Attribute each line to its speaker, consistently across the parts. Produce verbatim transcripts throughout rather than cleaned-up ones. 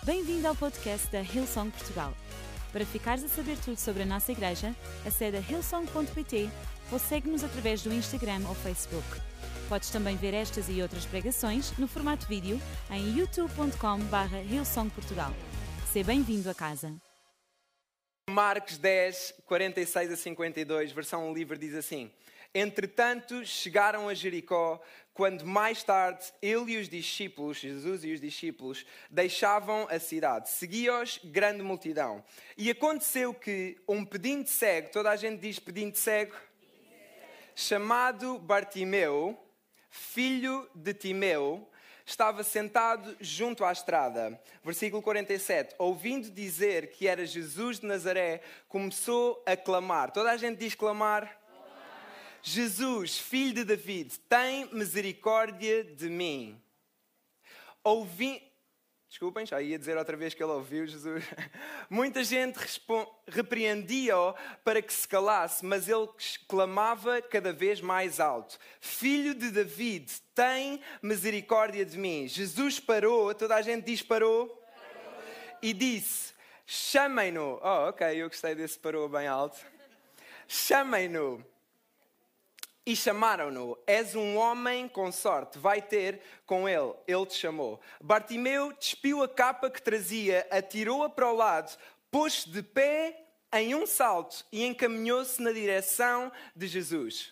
Speaker 1: Bem-vindo ao podcast da Hillsong Portugal. Para ficares a saber tudo sobre a nossa igreja, acede a hillsong ponto pt ou segue-nos através do Instagram ou Facebook. Podes também ver estas e outras pregações no formato vídeo em youtube ponto com barra hillsong portugal. Seja bem-vindo a casa.
Speaker 2: Marcos dez, quarenta e seis a cinquenta e dois, versão livre, diz assim: Entretanto, chegaram a Jericó, quando mais tarde ele e os discípulos, Jesus e os discípulos, deixavam a cidade. Seguia-os grande multidão. E aconteceu que um pedinte cego, toda a gente diz pedinte cego, chamado Bartimeu, filho de Timeu, estava sentado junto à estrada. Versículo quarenta e sete. Ouvindo dizer que era Jesus de Nazaré, começou a clamar. Toda a gente diz clamar. Jesus, filho de David, tem misericórdia de mim. Ouvi... Desculpem, já ia dizer outra vez que ele ouviu Jesus. Muita gente respon... repreendia-o para que se calasse, mas ele clamava cada vez mais alto. Filho de David, tem misericórdia de mim. Jesus parou, toda a gente diz parou, parou. E disse, chamem-no. Oh, ok, eu gostei desse parou bem alto. Chamem-no. E chamaram-no, és um homem com sorte, vai ter com ele, ele te chamou. Bartimeu despiu a capa que trazia, atirou-a para o lado, pôs-se de pé em um salto e encaminhou-se na direção de Jesus.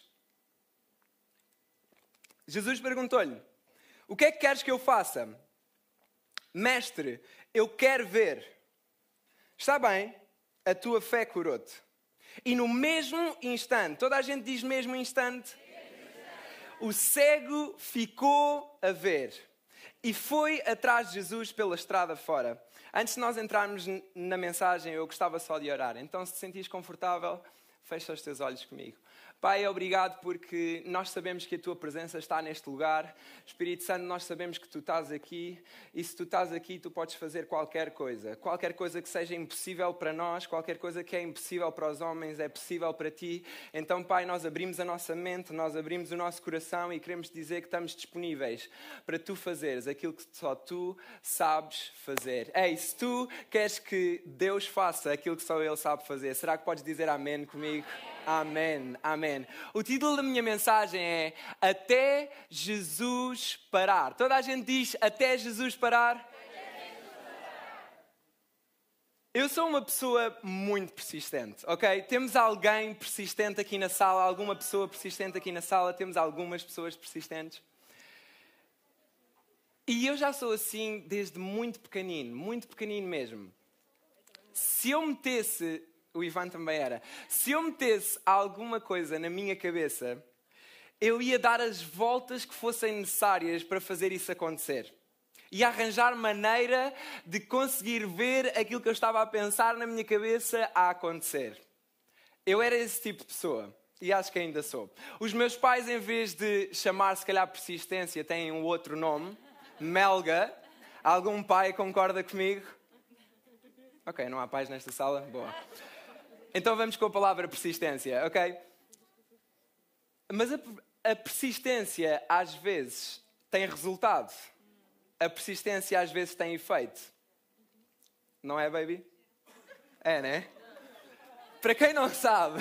Speaker 2: Jesus perguntou-lhe, o que é que queres que eu faça? Mestre, eu quero ver. Está bem, a tua fé curou-te. E no mesmo instante, toda a gente diz mesmo instante, o cego ficou a ver e foi atrás de Jesus pela estrada fora. Antes de nós entrarmos na mensagem, eu gostava só de orar. Então, se te sentires confortável, fecha os teus olhos comigo. Pai, obrigado porque nós sabemos que a Tua presença está neste lugar. Espírito Santo, nós sabemos que Tu estás aqui e se Tu estás aqui, Tu podes fazer qualquer coisa. Qualquer coisa que seja impossível para nós, qualquer coisa que é impossível para os homens, é possível para Ti. Então, Pai, nós abrimos a nossa mente, nós abrimos o nosso coração e queremos dizer que estamos disponíveis para Tu fazeres aquilo que só Tu sabes fazer. Ei, se Tu queres que Deus faça aquilo que só Ele sabe fazer, será que podes dizer amém comigo? Amém, amém. O título da minha mensagem é Até Jesus parar. Toda a gente diz Até Jesus parar? Até Jesus parar. Eu sou uma pessoa muito persistente, ok? Temos alguém persistente aqui na sala? Alguma pessoa persistente aqui na sala? Temos algumas pessoas persistentes? E eu já sou assim desde muito pequenino, muito pequenino mesmo. Se eu metesse... O Ivan também era. Se eu metesse alguma coisa na minha cabeça, eu ia dar as voltas que fossem necessárias para fazer isso acontecer. Ia arranjar maneira de conseguir ver aquilo que eu estava a pensar na minha cabeça a acontecer. Eu era esse tipo de pessoa. E acho que ainda sou. Os meus pais, em vez de chamar, se calhar, persistência, têm um outro nome. Melga. Algum pai concorda comigo? Ok, não há pais nesta sala? Boa. Então vamos com a palavra persistência, ok? Mas a, a persistência às vezes tem resultado. A persistência às vezes tem efeito. Não é, baby? É, né? Para quem não sabe,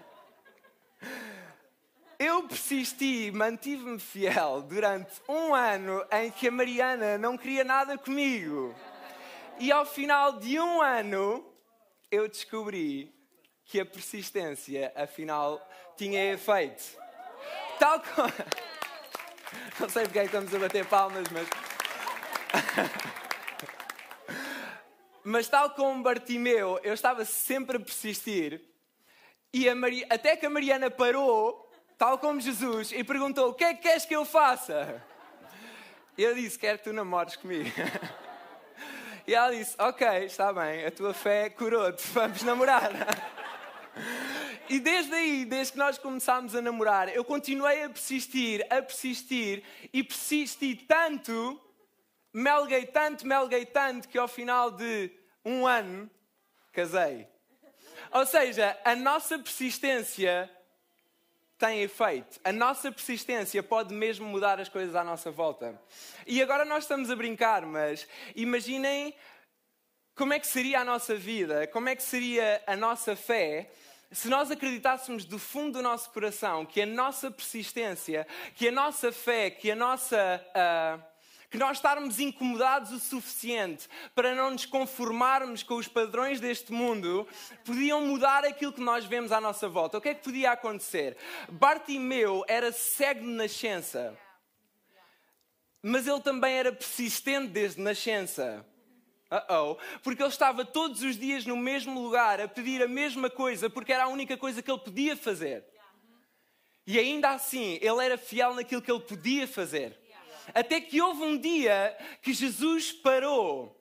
Speaker 2: eu persisti, mantive-me fiel durante um ano em que a Mariana não queria nada comigo. E ao final de um ano, eu descobri que a persistência, afinal, tinha efeito. Tal como... Não sei porque é que estamos a bater palmas, mas... Mas tal como Bartimeu, eu estava sempre a persistir. E a Mari... até que a Mariana parou, tal como Jesus, e perguntou, o que é que queres que eu faça? Eu disse, quero que tu namores comigo. E ela disse, ok, está bem, a tua fé curou-te, vamos namorar. E desde aí, desde que nós começámos a namorar, eu continuei a persistir, a persistir, e persisti tanto, melguei tanto, melguei tanto, que ao final de um ano, casei. Ou seja, a nossa persistência tem efeito. A nossa persistência pode mesmo mudar as coisas à nossa volta. E agora nós estamos a brincar, mas imaginem como é que seria a nossa vida, como é que seria a nossa fé, se nós acreditássemos do fundo do nosso coração que a nossa persistência, que a nossa fé, que a nossa... Uh, que nós estarmos incomodados o suficiente para não nos conformarmos com os padrões deste mundo, podiam mudar aquilo que nós vemos à nossa volta. O que é que podia acontecer? Bartimeu era cego de nascença, mas ele também era persistente desde nascença. Uh-oh. Porque ele estava todos os dias no mesmo lugar a pedir a mesma coisa, porque era a única coisa que ele podia fazer. E ainda assim, ele era fiel naquilo que ele podia fazer. Até que houve um dia que Jesus parou.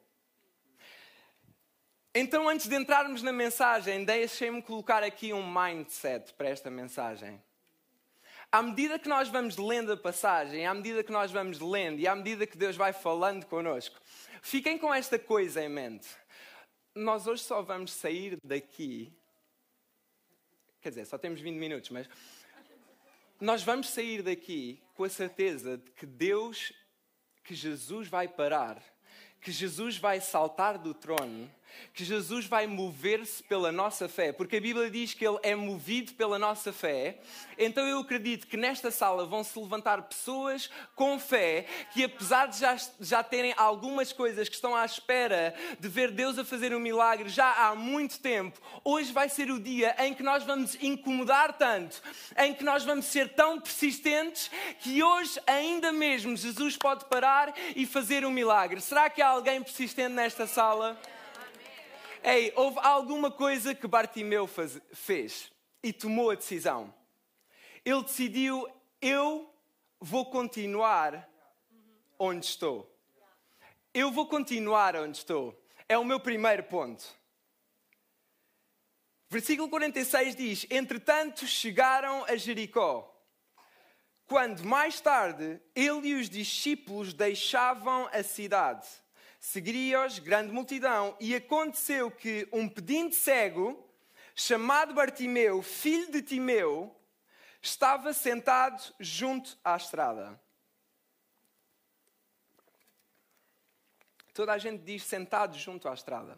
Speaker 2: Então, antes de entrarmos na mensagem, deixem-me colocar aqui um mindset para esta mensagem. À medida que nós vamos lendo a passagem, à medida que nós vamos lendo e à medida que Deus vai falando connosco, fiquem com esta coisa em mente. Nós hoje só vamos sair daqui... Quer dizer, só temos vinte minutos, mas... Nós vamos sair daqui com a certeza de que Deus, que Jesus vai parar, que Jesus vai saltar do trono, que Jesus vai mover-se pela nossa fé, porque a Bíblia diz que Ele é movido pela nossa fé. Então eu acredito que nesta sala vão se levantar pessoas com fé, que apesar de já, já terem algumas coisas que estão à espera de ver Deus a fazer um milagre já há muito tempo, hoje vai ser o dia em que nós vamos incomodar tanto, em que nós vamos ser tão persistentes, que hoje ainda mesmo Jesus pode parar e fazer um milagre. Será que há alguém persistente nesta sala? Ei, houve alguma coisa que Bartimeu faz, fez e tomou a decisão. Ele decidiu, eu vou continuar onde estou. Eu vou continuar onde estou. É o meu primeiro ponto. Versículo quarenta e seis diz, entretanto chegaram a Jericó. Quando mais tarde ele e os discípulos deixavam a cidade, seguiria-os grande multidão, e aconteceu que um pedinte cego, chamado Bartimeu, filho de Timeu, estava sentado junto à estrada. Toda a gente diz sentado junto à estrada.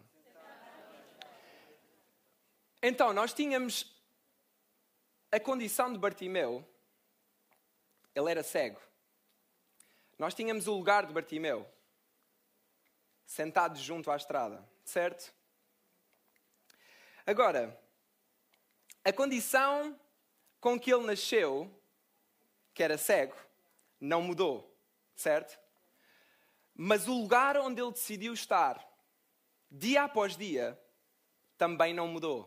Speaker 2: Então, nós tínhamos a condição de Bartimeu. Ele era cego. Nós tínhamos o lugar de Bartimeu, sentado junto à estrada, certo? Agora, a condição com que ele nasceu, que era cego, não mudou, certo? Mas o lugar onde ele decidiu estar, dia após dia, também não mudou.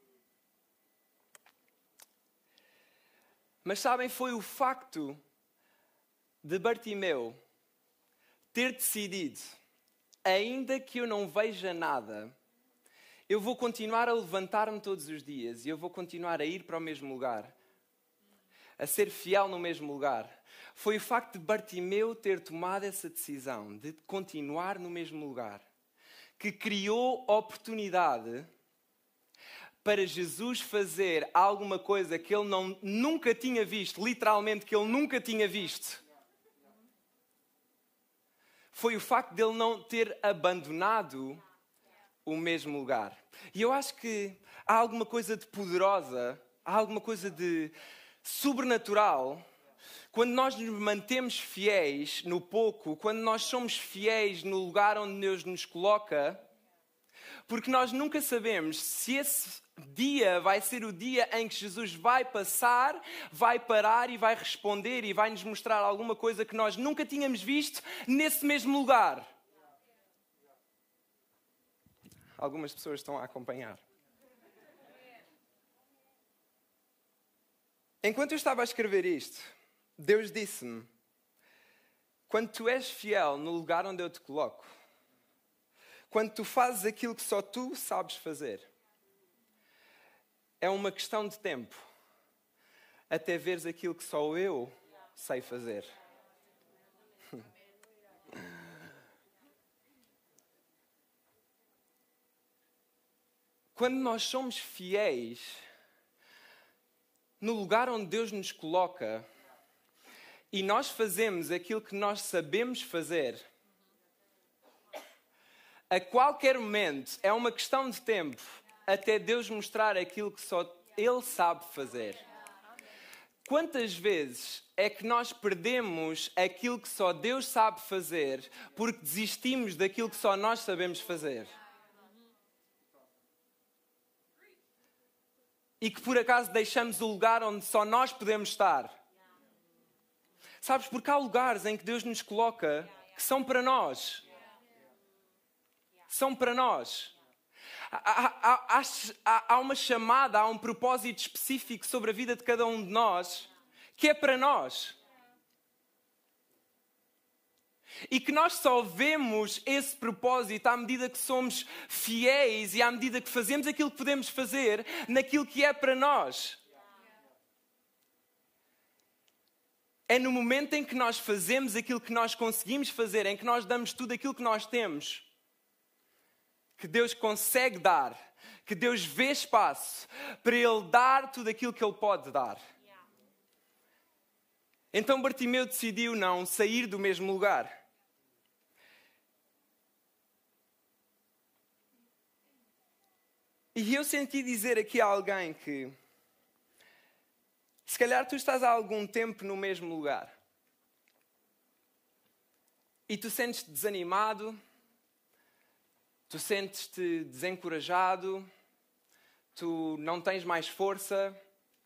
Speaker 2: Mas sabem, foi o facto de Bartimeu ter decidido, ainda que eu não veja nada, eu vou continuar a levantar-me todos os dias e eu vou continuar a ir para o mesmo lugar, a ser fiel no mesmo lugar. Foi o facto de Bartimeu ter tomado essa decisão de continuar no mesmo lugar, que criou oportunidade para Jesus fazer alguma coisa que ele não, nunca tinha visto, literalmente que ele nunca tinha visto. Foi o facto de ele não ter abandonado o mesmo lugar. E eu acho que há alguma coisa de poderosa, há alguma coisa de sobrenatural, quando nós nos mantemos fiéis no pouco, quando nós somos fiéis no lugar onde Deus nos coloca, porque nós nunca sabemos se esse dia vai ser o dia em que Jesus vai passar, vai parar e vai responder e vai nos mostrar alguma coisa que nós nunca tínhamos visto nesse mesmo lugar. Algumas pessoas estão a acompanhar. Enquanto eu estava a escrever isto, Deus disse-me, quando tu és fiel no lugar onde eu te coloco, quando tu fazes aquilo que só tu sabes fazer, é uma questão de tempo até veres aquilo que só eu sei fazer. Quando nós somos fiéis no lugar onde Deus nos coloca e nós fazemos aquilo que nós sabemos fazer, a qualquer momento, é uma questão de tempo, até Deus mostrar aquilo que só Ele sabe fazer. Quantas vezes é que nós perdemos aquilo que só Deus sabe fazer porque desistimos daquilo que só nós sabemos fazer? E que por acaso deixamos o lugar onde só nós podemos estar? Sabes, porque há lugares em que Deus nos coloca que são para nós. São para nós. Há, há, há, há uma chamada, há um propósito específico sobre a vida de cada um de nós que é para nós. E que nós só vemos esse propósito à medida que somos fiéis e à medida que fazemos aquilo que podemos fazer naquilo que é para nós. É no momento em que nós fazemos aquilo que nós conseguimos fazer, em que nós damos tudo aquilo que nós temos, que Deus consegue dar, que Deus vê espaço para Ele dar tudo aquilo que Ele pode dar. Então Bartimeu decidiu não sair do mesmo lugar. E eu senti dizer aqui a alguém que se calhar tu estás há algum tempo no mesmo lugar. E tu sentes-te desanimado, tu sentes-te desencorajado, tu não tens mais força.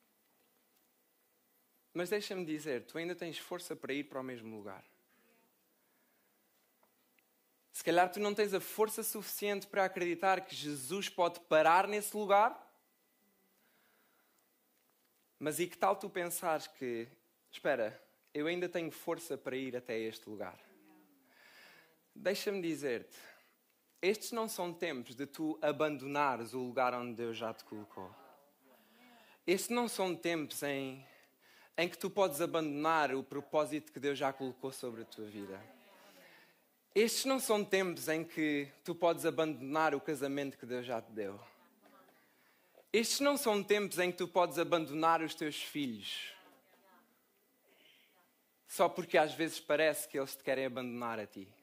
Speaker 2: Mas deixa-me dizer, tu ainda tens força para ir para o mesmo lugar. Se calhar tu não tens a força suficiente para acreditar que Jesus pode parar nesse lugar. Mas e que tal tu pensares que, espera, eu ainda tenho força para ir até este lugar? Deixa-me dizer-te, estes não são tempos de tu abandonares o lugar onde Deus já te colocou. Estes não são tempos em... em que tu podes abandonar o propósito que Deus já colocou sobre a tua vida. Estes não são tempos em que tu podes abandonar o casamento que Deus já te deu. Estes não são tempos em que tu podes abandonar os teus filhos. Só porque às vezes parece que eles te querem abandonar a ti.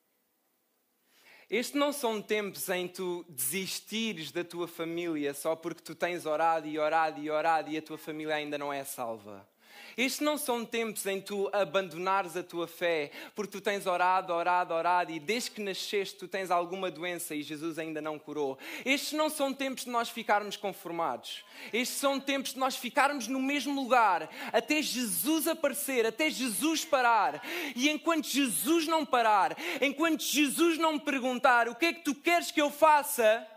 Speaker 2: Estes não são tempos em tu desistires da tua família só porque tu tens orado e orado e orado e a tua família ainda não é salva. Estes não são tempos em tu abandonares a tua fé, porque tu tens orado, orado, orado e desde que nasceste tu tens alguma doença e Jesus ainda não curou. Estes não são tempos de nós ficarmos conformados. Estes são tempos de nós ficarmos no mesmo lugar, até Jesus aparecer, até Jesus parar. E enquanto Jesus não parar, enquanto Jesus não me perguntar o que é que tu queres que eu faça,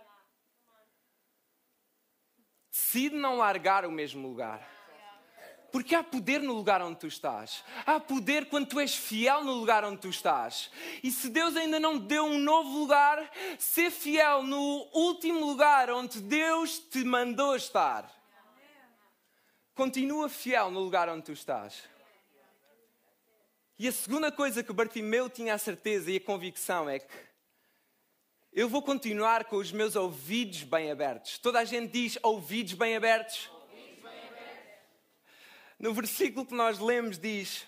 Speaker 2: decide não largar o mesmo lugar. Porque há poder no lugar onde tu estás. Há poder quando tu és fiel no lugar onde tu estás. E se Deus ainda não te deu um novo lugar, ser fiel no último lugar onde Deus te mandou estar. Continua fiel no lugar onde tu estás. E a segunda coisa que Bartimeu tinha a certeza e a convicção é que eu vou continuar com os meus ouvidos bem abertos. Toda a gente diz ouvidos bem abertos. No versículo que nós lemos diz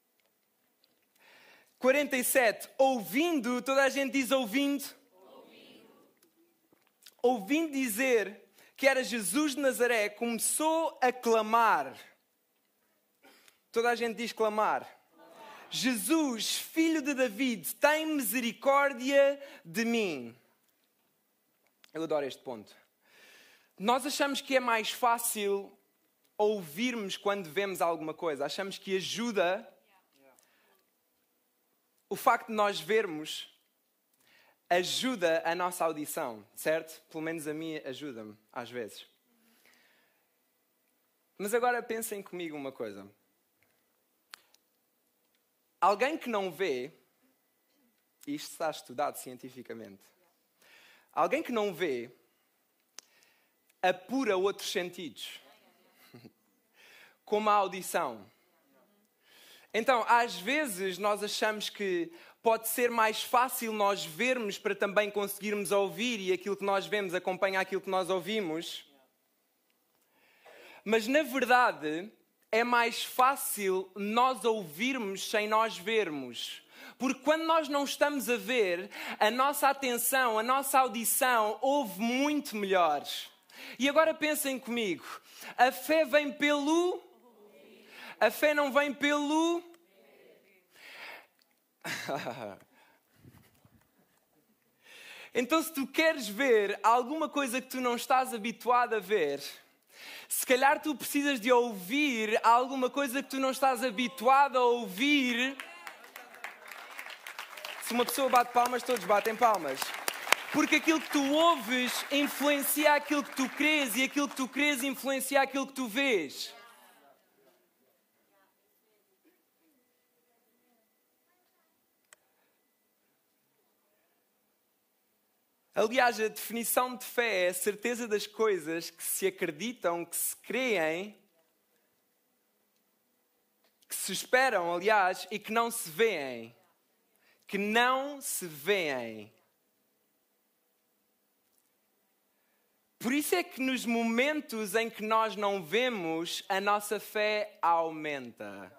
Speaker 2: quarenta e sete, ouvindo, toda a gente diz ouvindo. Ouvindo, ouvindo dizer que era Jesus de Nazaré, começou a clamar. Toda a gente diz clamar. Clamar. Jesus, filho de David, tem misericórdia de mim. Eu adoro este ponto. Nós achamos que é mais fácil ouvirmos quando vemos alguma coisa. Achamos que ajuda o facto de nós vermos, ajuda a nossa audição, certo? Pelo menos a mim ajuda-me, às vezes. Mas agora pensem comigo uma coisa. Alguém que não vê, e isto está estudado cientificamente, alguém que não vê, apura outros sentidos. Como a audição. Então, às vezes, nós achamos que pode ser mais fácil nós vermos para também conseguirmos ouvir e aquilo que nós vemos acompanha aquilo que nós ouvimos. Mas, na verdade, é mais fácil nós ouvirmos sem nós vermos. Porque quando nós não estamos a ver, a nossa atenção, a nossa audição ouve muito melhor. E agora pensem comigo, a fé vem pelo... A fé não vem pelo... Então, se tu queres ver alguma coisa que tu não estás habituado a ver, se calhar tu precisas de ouvir alguma coisa que tu não estás habituado a ouvir. Se uma pessoa bate palmas, todos batem palmas. Porque aquilo que tu ouves influencia aquilo que tu crês e aquilo que tu crês influencia aquilo que tu vês. Aliás, a definição de fé é a certeza das coisas que se acreditam, que se creem, que se esperam, aliás, e que não se veem. Que não se veem. Por isso é que nos momentos em que nós não vemos, a nossa fé aumenta.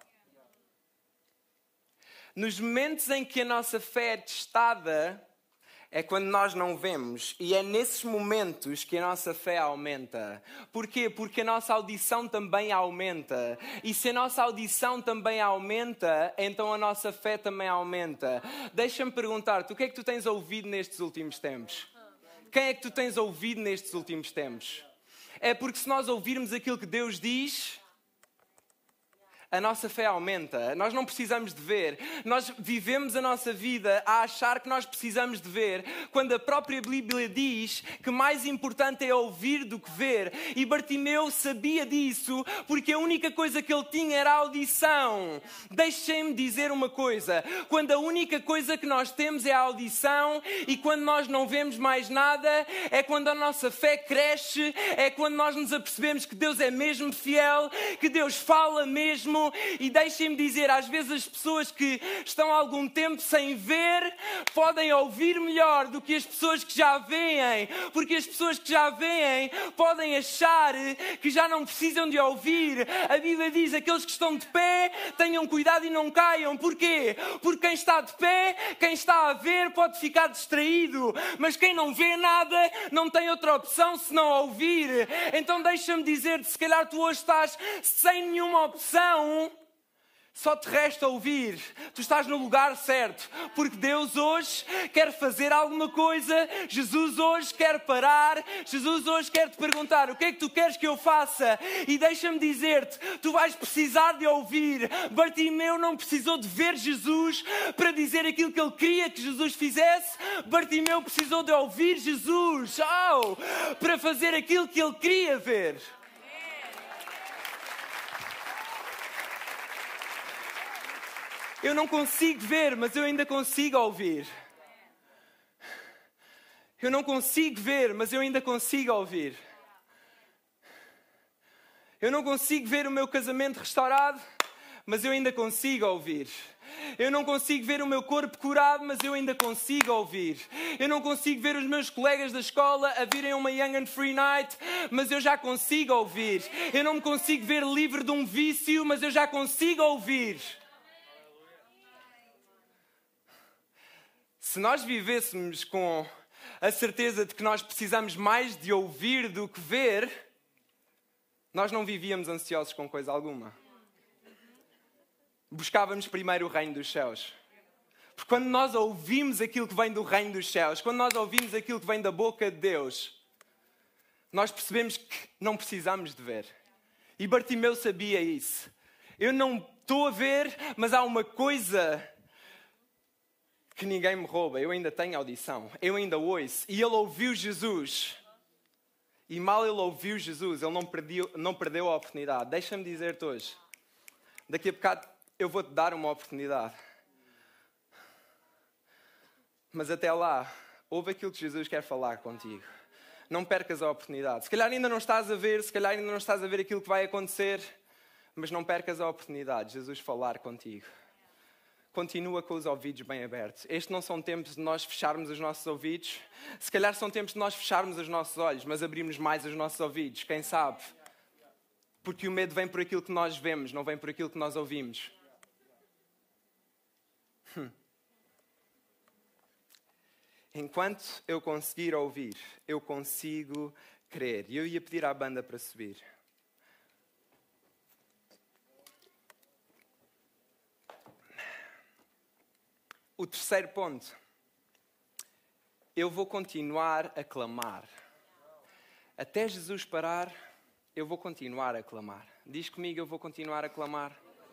Speaker 2: Nos momentos em que a nossa fé é testada, é quando nós não vemos. E é nesses momentos que a nossa fé aumenta. Porquê? Porque a nossa audição também aumenta. E se a nossa audição também aumenta, então a nossa fé também aumenta. Deixa-me perguntar-te, o que é que tu tens ouvido nestes últimos tempos? Quem é que tu tens ouvido nestes últimos tempos? É porque se nós ouvirmos aquilo que Deus diz, a nossa fé aumenta. Nós não precisamos de ver. Nós vivemos a nossa vida a achar que nós precisamos de ver, quando a própria Bíblia diz que mais importante é ouvir do que ver. E Bartimeu sabia disso, porque a única coisa que ele tinha era a audição. Deixem-me dizer uma coisa. Quando a única coisa que nós temos é a audição e quando nós não vemos mais nada, é quando a nossa fé cresce, é quando nós nos apercebemos que Deus é mesmo fiel, que Deus fala mesmo. E deixem-me dizer, às vezes as pessoas que estão há algum tempo sem ver podem ouvir melhor do que as pessoas que já veem, porque as pessoas que já veem podem achar que já não precisam de ouvir. A Bíblia diz, aqueles que estão de pé, tenham cuidado e não caiam. Porquê? Porque quem está de pé, quem está a ver pode ficar distraído, mas quem não vê nada não tem outra opção senão ouvir. Então deixa-me dizer-te, se calhar tu hoje estás sem nenhuma opção, só te resta ouvir. Tu estás no lugar certo, porque Deus hoje quer fazer alguma coisa. Jesus hoje quer parar. Jesus hoje quer te perguntar, o que é que tu queres que eu faça? E deixa-me dizer-te, tu vais precisar de ouvir. Bartimeu não precisou de ver Jesus para dizer aquilo que ele queria que Jesus fizesse. Bartimeu precisou de ouvir Jesus, oh, para fazer aquilo que ele queria ver. Eu não consigo ver, mas eu ainda consigo ouvir. Eu não consigo ver, mas eu ainda consigo ouvir. Eu não consigo ver o meu casamento restaurado, mas eu ainda consigo ouvir. Eu não consigo ver o meu corpo curado, mas eu ainda consigo ouvir. Eu não consigo ver os meus colegas da escola a virem a uma Young and Free Night, mas eu já consigo ouvir. Eu não me consigo ver livre de um vício, mas eu já consigo ouvir. Se nós vivêssemos com a certeza de que nós precisamos mais de ouvir do que ver, nós não vivíamos ansiosos com coisa alguma. Buscávamos primeiro o reino dos céus. Porque quando nós ouvimos aquilo que vem do reino dos céus, quando nós ouvimos aquilo que vem da boca de Deus, nós percebemos que não precisamos de ver. E Bartimeu sabia isso. Eu não estou a ver, mas há uma coisa que ninguém me rouba. Eu ainda tenho audição. Eu ainda ouço. E ele ouviu Jesus. E mal ele ouviu Jesus, ele não perdeu, não perdeu a oportunidade. Deixa-me dizer-te hoje. Daqui a bocado eu vou-te dar uma oportunidade. Mas até lá, ouve aquilo que Jesus quer falar contigo. Não percas a oportunidade. Se calhar ainda não estás a ver, se calhar ainda não estás a ver aquilo que vai acontecer, mas não percas a oportunidade de Jesus falar contigo. Continua com os ouvidos bem abertos. Estes não são tempos de nós fecharmos os nossos ouvidos. Se calhar são tempos de nós fecharmos os nossos olhos, mas abrirmos mais os nossos ouvidos. Quem sabe? Porque o medo vem por aquilo que nós vemos, não vem por aquilo que nós ouvimos. Hum. Enquanto eu conseguir ouvir, eu consigo crer. E eu ia pedir à banda para subir. O terceiro ponto. Eu vou continuar a clamar. Até Jesus parar, eu vou continuar a clamar. Diz comigo, eu vou continuar a clamar.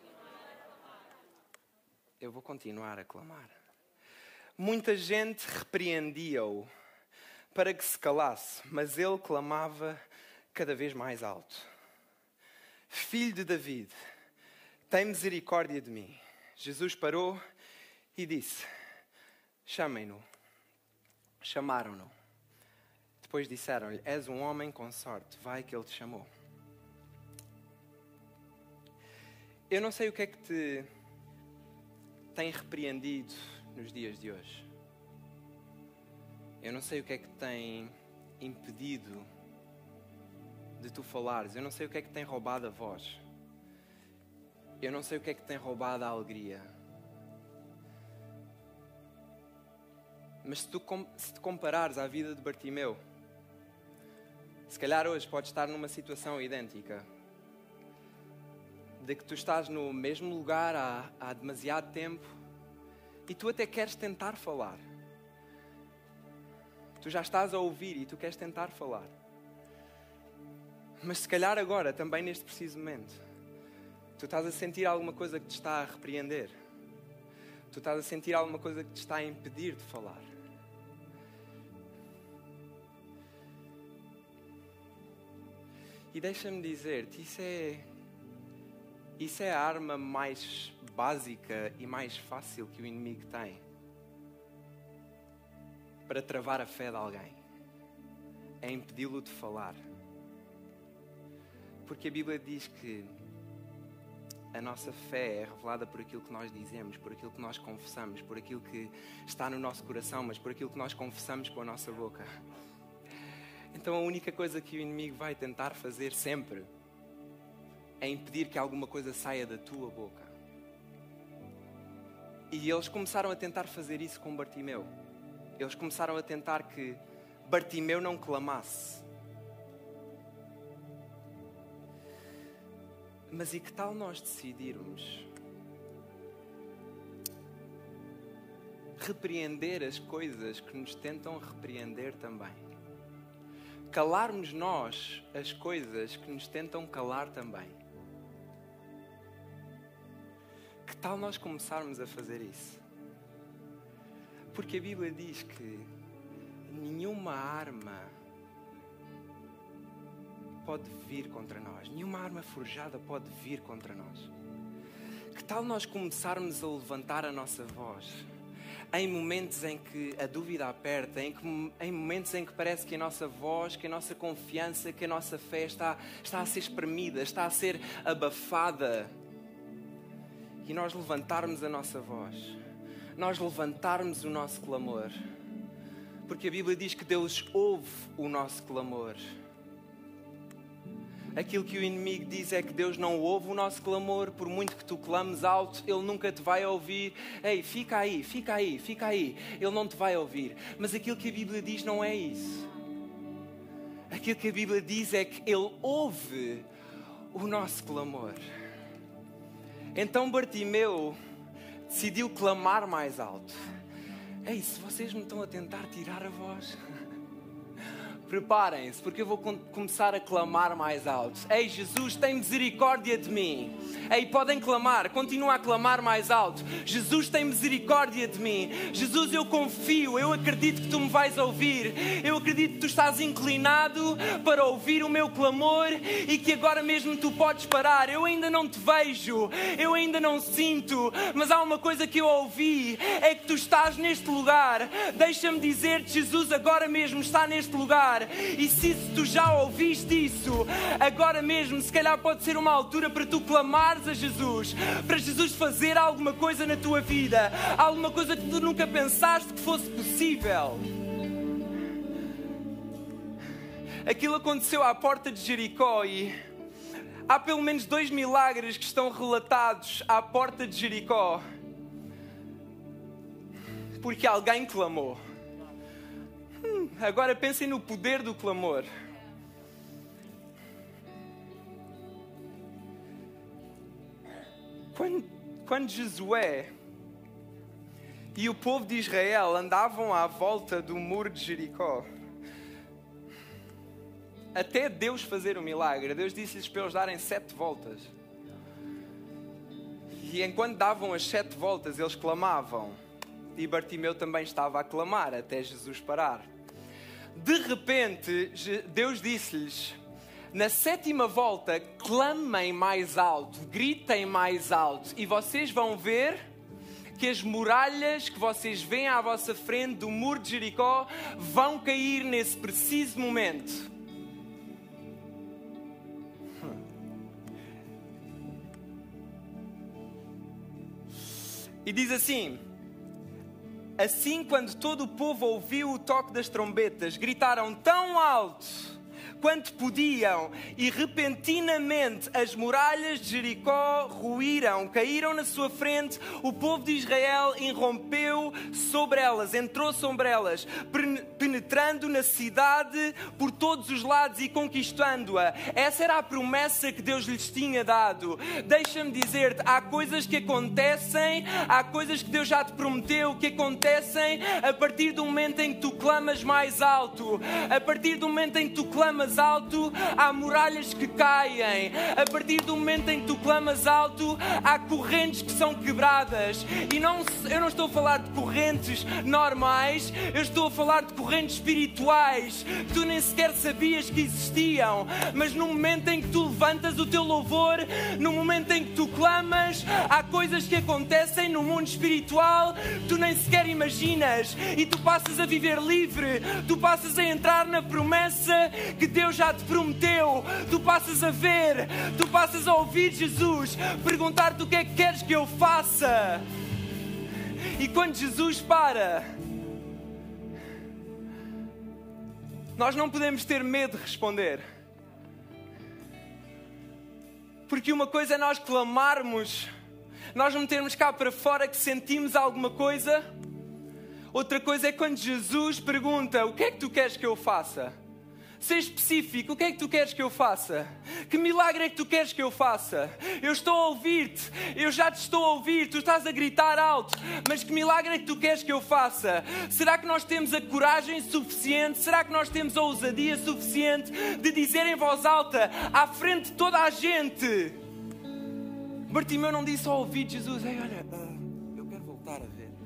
Speaker 2: Eu vou continuar a clamar. Muita gente repreendia-o para que se calasse, mas ele clamava cada vez mais alto. Filho de David, tem misericórdia de mim. Jesus parou e disse, chamem-no. Chamaram-no. Depois disseram-lhe, és um homem com sorte, vai que ele te chamou. Eu não sei o que é que te tem repreendido nos dias de hoje. Eu não sei o que é que tem impedido de tu falares. Eu não sei o que é que tem roubado a voz. Eu não sei o que é que tem roubado a alegria. Mas se tu, se te comparares à vida de Bartimeu, se calhar hoje podes estar numa situação idêntica. De que tu estás no mesmo lugar há, há demasiado tempo e tu até queres tentar falar. Tu já estás a ouvir e tu queres tentar falar. Mas se calhar agora, também neste preciso momento, tu estás a sentir alguma coisa que te está a repreender. Tu estás a sentir alguma coisa que te está a impedir de falar. E deixa-me dizer-te, isso é, isso é a arma mais básica e mais fácil que o inimigo tem para travar a fé de alguém. É impedi-lo de falar. Porque a Bíblia diz que a nossa fé é revelada por aquilo que nós dizemos, por aquilo que nós confessamos, por aquilo que está no nosso coração, mas por aquilo que nós confessamos com a nossa boca. Então a única coisa que o inimigo vai tentar fazer sempre é impedir que alguma coisa saia da tua boca. E eles começaram a tentar fazer isso com Bartimeu. Eles começaram a tentar que Bartimeu não clamasse. Mas e que tal nós decidirmos repreender as coisas que nos tentam repreender também? Calarmos nós as coisas que nos tentam calar também? Que tal nós começarmos a fazer isso? Porque a Bíblia diz que nenhuma arma pode vir contra nós. Nenhuma arma forjada pode vir contra nós. Que tal nós começarmos a levantar a nossa voz em momentos em que a dúvida aperta, em, que, em momentos em que parece que a nossa voz, que a nossa confiança, que a nossa fé está, está a ser espremida, está a ser abafada. E nós levantarmos a nossa voz, nós levantarmos o nosso clamor. Porque a Bíblia diz que Deus ouve o nosso clamor. Aquilo que o inimigo diz é que Deus não ouve o nosso clamor, por muito que tu clames alto, Ele nunca te vai ouvir. Ei, fica aí, fica aí, fica aí. Ele não te vai ouvir. Mas aquilo que a Bíblia diz não é isso. Aquilo que a Bíblia diz é que Ele ouve o nosso clamor. Então Bartimeu decidiu clamar mais alto. Ei, se vocês me estão a tentar tirar a voz, preparem-se, porque eu vou com- começar a clamar mais alto. Ei, Jesus, tem misericórdia de mim. Ei, podem clamar, continua a clamar mais alto. Jesus, tem misericórdia de mim. Jesus, eu confio, eu acredito que tu me vais ouvir. Eu acredito que tu estás inclinado para ouvir o meu clamor e que agora mesmo tu podes parar. Eu ainda não te vejo, eu ainda não sinto, mas há uma coisa que eu ouvi, é que tu estás neste lugar. Deixa-me dizer-te, Jesus agora mesmo está neste lugar. E se tu já ouviste isso, agora mesmo se calhar pode ser uma altura para tu clamares a Jesus, para Jesus fazer alguma coisa na tua vida, alguma coisa que tu nunca pensaste que fosse possível. Aquilo aconteceu à porta de Jericó e há pelo menos dois milagres que estão relatados à porta de Jericó porque alguém clamou. Agora pensem no poder do clamor. Quando, quando Josué e o povo de Israel andavam à volta do muro de Jericó, até Deus fazer o milagre, Deus disse-lhes para eles darem sete voltas. E enquanto davam as sete voltas, eles clamavam. E Bartimeu também estava a clamar até Jesus parar. De repente, Deus disse-lhes: na sétima volta, clamem mais alto, gritem mais alto, e vocês vão ver que as muralhas que vocês veem à vossa frente do muro de Jericó vão cair nesse preciso momento. E diz assim: assim, quando todo o povo ouviu o toque das trombetas, gritaram tão alto quanto podiam, e repentinamente as muralhas de Jericó ruíram, caíram na sua frente. O povo de Israel irrompeu sobre elas, entrou sobre elas, penetrando na cidade por todos os lados e conquistando-a. Essa era a promessa que Deus lhes tinha dado. Deixa-me dizer-te, há coisas que acontecem, há coisas que Deus já te prometeu que acontecem a partir do momento em que tu clamas mais alto. A partir do momento em que tu clamas alto, há muralhas que caem. A partir do momento em que tu clamas alto, há correntes que são quebradas. E não, eu não estou a falar de correntes normais, eu estou a falar de correntes espirituais que tu nem sequer sabias que existiam. Mas no momento em que tu levantas o teu louvor, no momento em que tu clamas, há coisas que acontecem no mundo espiritual que tu nem sequer imaginas. E tu passas a viver livre, tu passas a entrar na promessa que Deus já te prometeu. Tu passas a ver, tu passas a ouvir Jesus perguntar-te o que é que queres que eu faça. E quando Jesus para, nós não podemos ter medo de responder. Porque uma coisa é nós clamarmos, nós metermos cá para fora que sentimos alguma coisa. Outra coisa é quando Jesus pergunta: o que é que tu queres que eu faça? Ser específico, o que é que tu queres que eu faça? Que milagre é que tu queres que eu faça? Eu estou a ouvir-te, eu já te estou a ouvir, tu estás a gritar alto, mas que milagre é que tu queres que eu faça? Será que nós temos a coragem suficiente, será que nós temos a ousadia suficiente de dizer em voz alta, à frente de toda a gente? Bartimeu não disse ao ouvido de Jesus: ei, olha, uh, eu quero voltar a ver.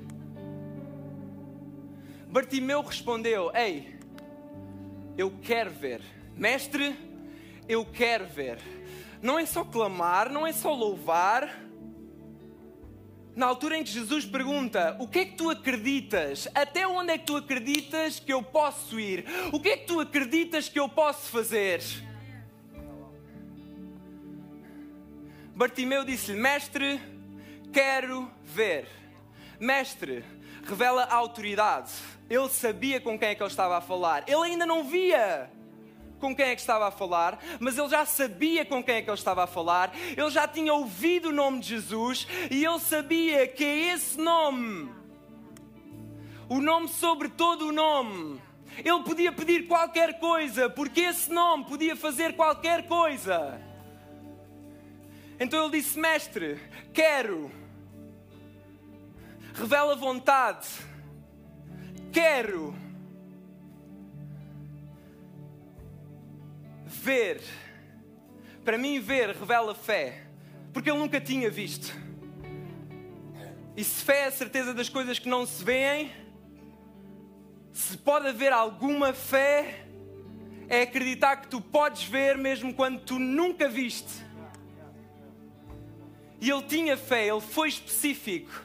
Speaker 2: Bartimeu respondeu: ei, eu quero ver. Mestre, eu quero ver. Não é só clamar, não é só louvar. Na altura em que Jesus pergunta: o que é que tu acreditas? Até onde é que tu acreditas que eu posso ir? O que é que tu acreditas que eu posso fazer? Bartimeu disse-lhe: mestre, quero ver. Mestre, revela a autoridade. Ele sabia com quem é que ele estava a falar. Ele ainda não via com quem é que estava a falar, mas ele já sabia com quem é que ele estava a falar. Ele já tinha ouvido o nome de Jesus e ele sabia que é esse nome, o nome sobre todo o nome. Ele podia pedir qualquer coisa, porque esse nome podia fazer qualquer coisa. Então ele disse: mestre, quero. Revela vontade. Quero ver. Para mim, ver revela fé, porque ele nunca tinha visto. E se fé é a certeza das coisas que não se veem, se pode haver alguma fé, é acreditar que tu podes ver mesmo quando tu nunca viste. E ele tinha fé, ele foi específico.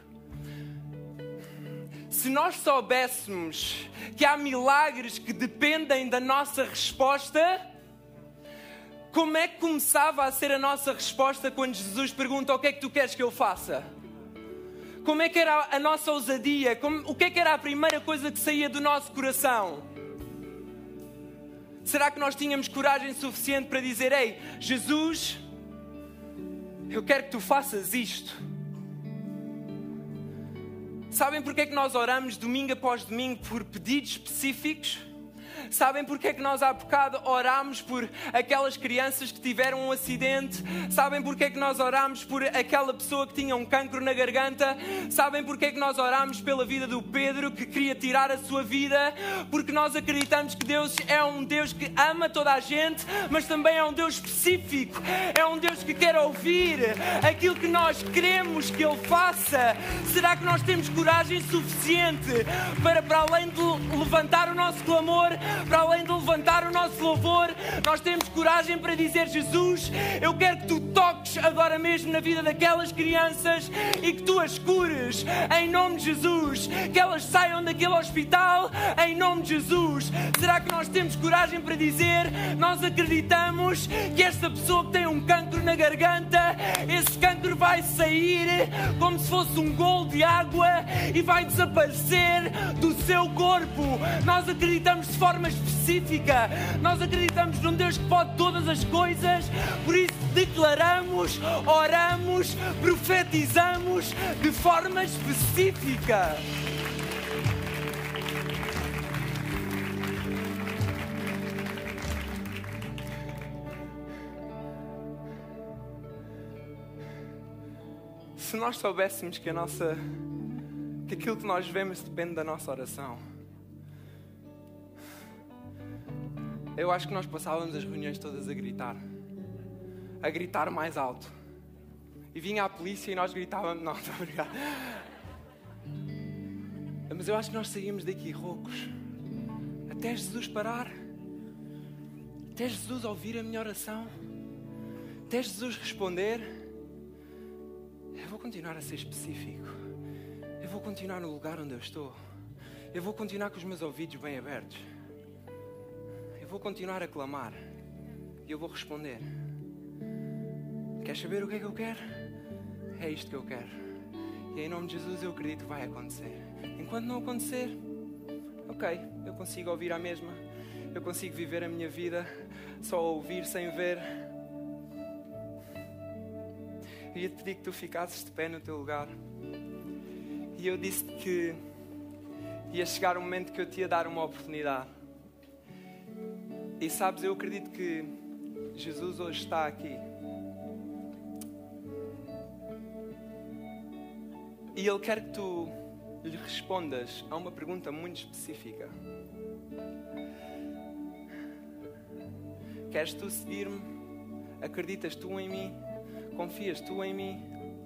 Speaker 2: Se nós soubéssemos que há milagres que dependem da nossa resposta, como é que começava a ser a nossa resposta quando Jesus pergunta: o que é que tu queres que eu faça? Como é que era a nossa ousadia? Como, o que é que era a primeira coisa que saía do nosso coração? Será que nós tínhamos coragem suficiente para dizer: ei, Jesus, eu quero que tu faças isto? Sabem porque é que nós oramos domingo após domingo por pedidos específicos? Sabem porque é que nós há bocado orámos por aquelas crianças que tiveram um acidente? Sabem porque é que nós orámos por aquela pessoa que tinha um cancro na garganta? Sabem porque é que nós orámos pela vida do Pedro que queria tirar a sua vida? Porque nós acreditamos que Deus é um Deus que ama toda a gente, mas também é um Deus específico. É um Deus que quer ouvir aquilo que nós queremos que Ele faça. Será que nós temos coragem suficiente para, para além de levantar o nosso clamor, para além de levantar o nosso louvor, nós temos coragem para dizer: Jesus, eu quero que Tu toques agora mesmo na vida daquelas crianças e que Tu as cures, em nome de Jesus, que elas saiam daquele hospital, em nome de Jesus. Será que nós temos coragem para dizer: nós acreditamos que esta pessoa que tem um cancro na garganta, esse cancro vai sair como se fosse um golo de água e vai desaparecer do seu corpo. Nós acreditamos de forma específica, nós acreditamos num Deus que pode todas as coisas, por isso declaramos, oramos, profetizamos de forma específica. Se nós soubéssemos que a nossa, que aquilo que nós vemos depende da nossa oração, eu acho que nós passávamos as reuniões todas a gritar, a gritar mais alto. E vinha a polícia e nós gritávamos, não, estou obrigado. Mas eu acho que nós saímos daqui roucos, até Jesus parar, até Jesus ouvir a minha oração, até Jesus responder. Eu vou continuar a ser específico. Eu vou continuar no lugar onde eu estou. Eu vou continuar com os meus ouvidos bem abertos. Eu vou continuar a clamar. E eu vou responder. Queres saber o que é que eu quero? É isto que eu quero. E em nome de Jesus eu acredito que vai acontecer. Enquanto não acontecer, ok, eu consigo ouvir a mesma. Eu consigo viver a minha vida só a ouvir sem ver. Eu ia te pedir que tu ficasses de pé no teu lugar. E eu disse que ia chegar um momento que eu te ia dar uma oportunidade. E sabes, eu acredito que Jesus hoje está aqui. E Ele quer que tu lhe respondas a uma pergunta muito específica. Queres tu seguir-me? Acreditas tu em mim? Confias tu em mim?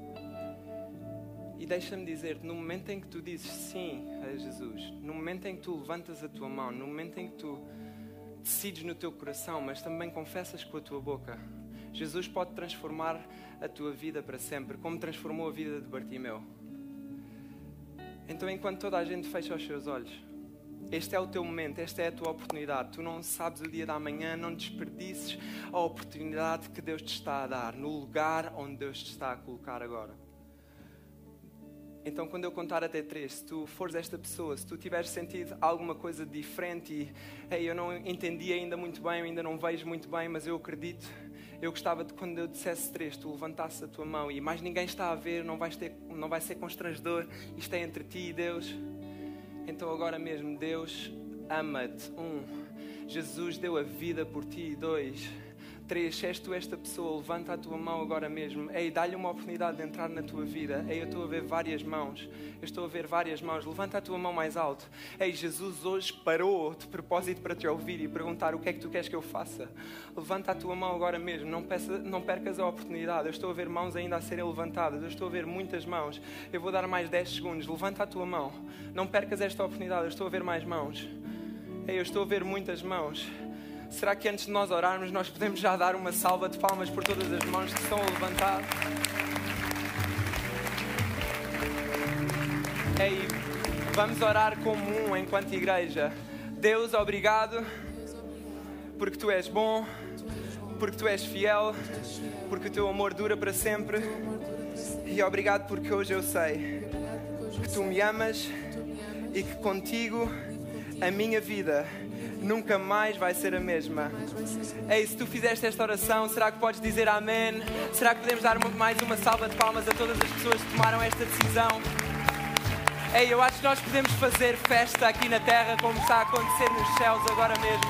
Speaker 2: E deixa-me dizer-te, no momento em que tu dizes sim a Jesus, no momento em que tu levantas a tua mão, no momento em que tu decides no teu coração, mas também confessas com a tua boca, Jesus pode transformar a tua vida para sempre, como transformou a vida de Bartimeu. Então, enquanto toda a gente fecha os seus olhos, este é o teu momento, esta é a tua oportunidade. Tu não sabes o dia da manhã, não desperdices a oportunidade que Deus te está a dar, no lugar onde Deus te está a colocar agora. Então, quando eu contar até três, se tu fores esta pessoa, se tu tiveres sentido alguma coisa diferente e hey, eu não entendi ainda muito bem, eu ainda não vejo muito bem, mas eu acredito, eu gostava de quando eu dissesse três, tu levantasses a tua mão e mais ninguém está a ver, não, vais ter, não vai ser constrangedor, isto é entre ti e Deus. Então agora mesmo, Deus ama-te. Um, Jesus deu a vida por ti. Dois, três, se és tu esta pessoa, levanta a tua mão agora mesmo. Ei, dá-lhe uma oportunidade de entrar na tua vida. Ei, eu estou a ver várias mãos. Eu estou a ver várias mãos. Levanta a tua mão mais alto. Ei, Jesus hoje parou de propósito para te ouvir e perguntar o que é que tu queres que eu faça. Levanta a tua mão agora mesmo. Não, peça, não percas a oportunidade. Eu estou a ver mãos ainda a serem levantadas. Eu estou a ver muitas mãos. Eu vou dar mais dez segundos. Levanta a tua mão. Não percas esta oportunidade. Eu estou a ver mais mãos. Ei, eu estou a ver muitas mãos. Será que antes de nós orarmos, nós podemos já dar uma salva de palmas por todas as mãos que estão a levantar? Ei, vamos orar como um enquanto igreja. Deus, obrigado, porque Tu és bom, porque Tu és fiel, porque o Teu amor dura para sempre. E obrigado porque hoje eu sei que Tu me amas e que contigo a minha vida nunca mais vai ser a mesma. Ei, se tu fizeste esta oração, será que podes dizer amém? Será que podemos dar uma, mais uma salva de palmas a todas as pessoas que tomaram esta decisão? Ei, eu acho que nós podemos fazer festa aqui na terra como está a acontecer nos céus agora mesmo.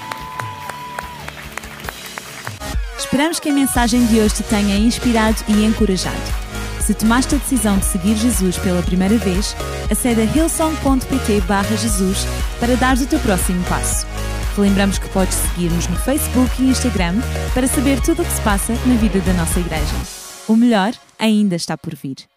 Speaker 1: Esperamos que a mensagem de hoje te tenha inspirado e encorajado. Se tomaste a decisão de seguir Jesus pela primeira vez, acede a hillsong ponto pt barra Jesus para dares o teu próximo passo. Relembramos que podes seguir-nos no Facebook e Instagram para saber tudo o que se passa na vida da nossa igreja. O melhor ainda está por vir.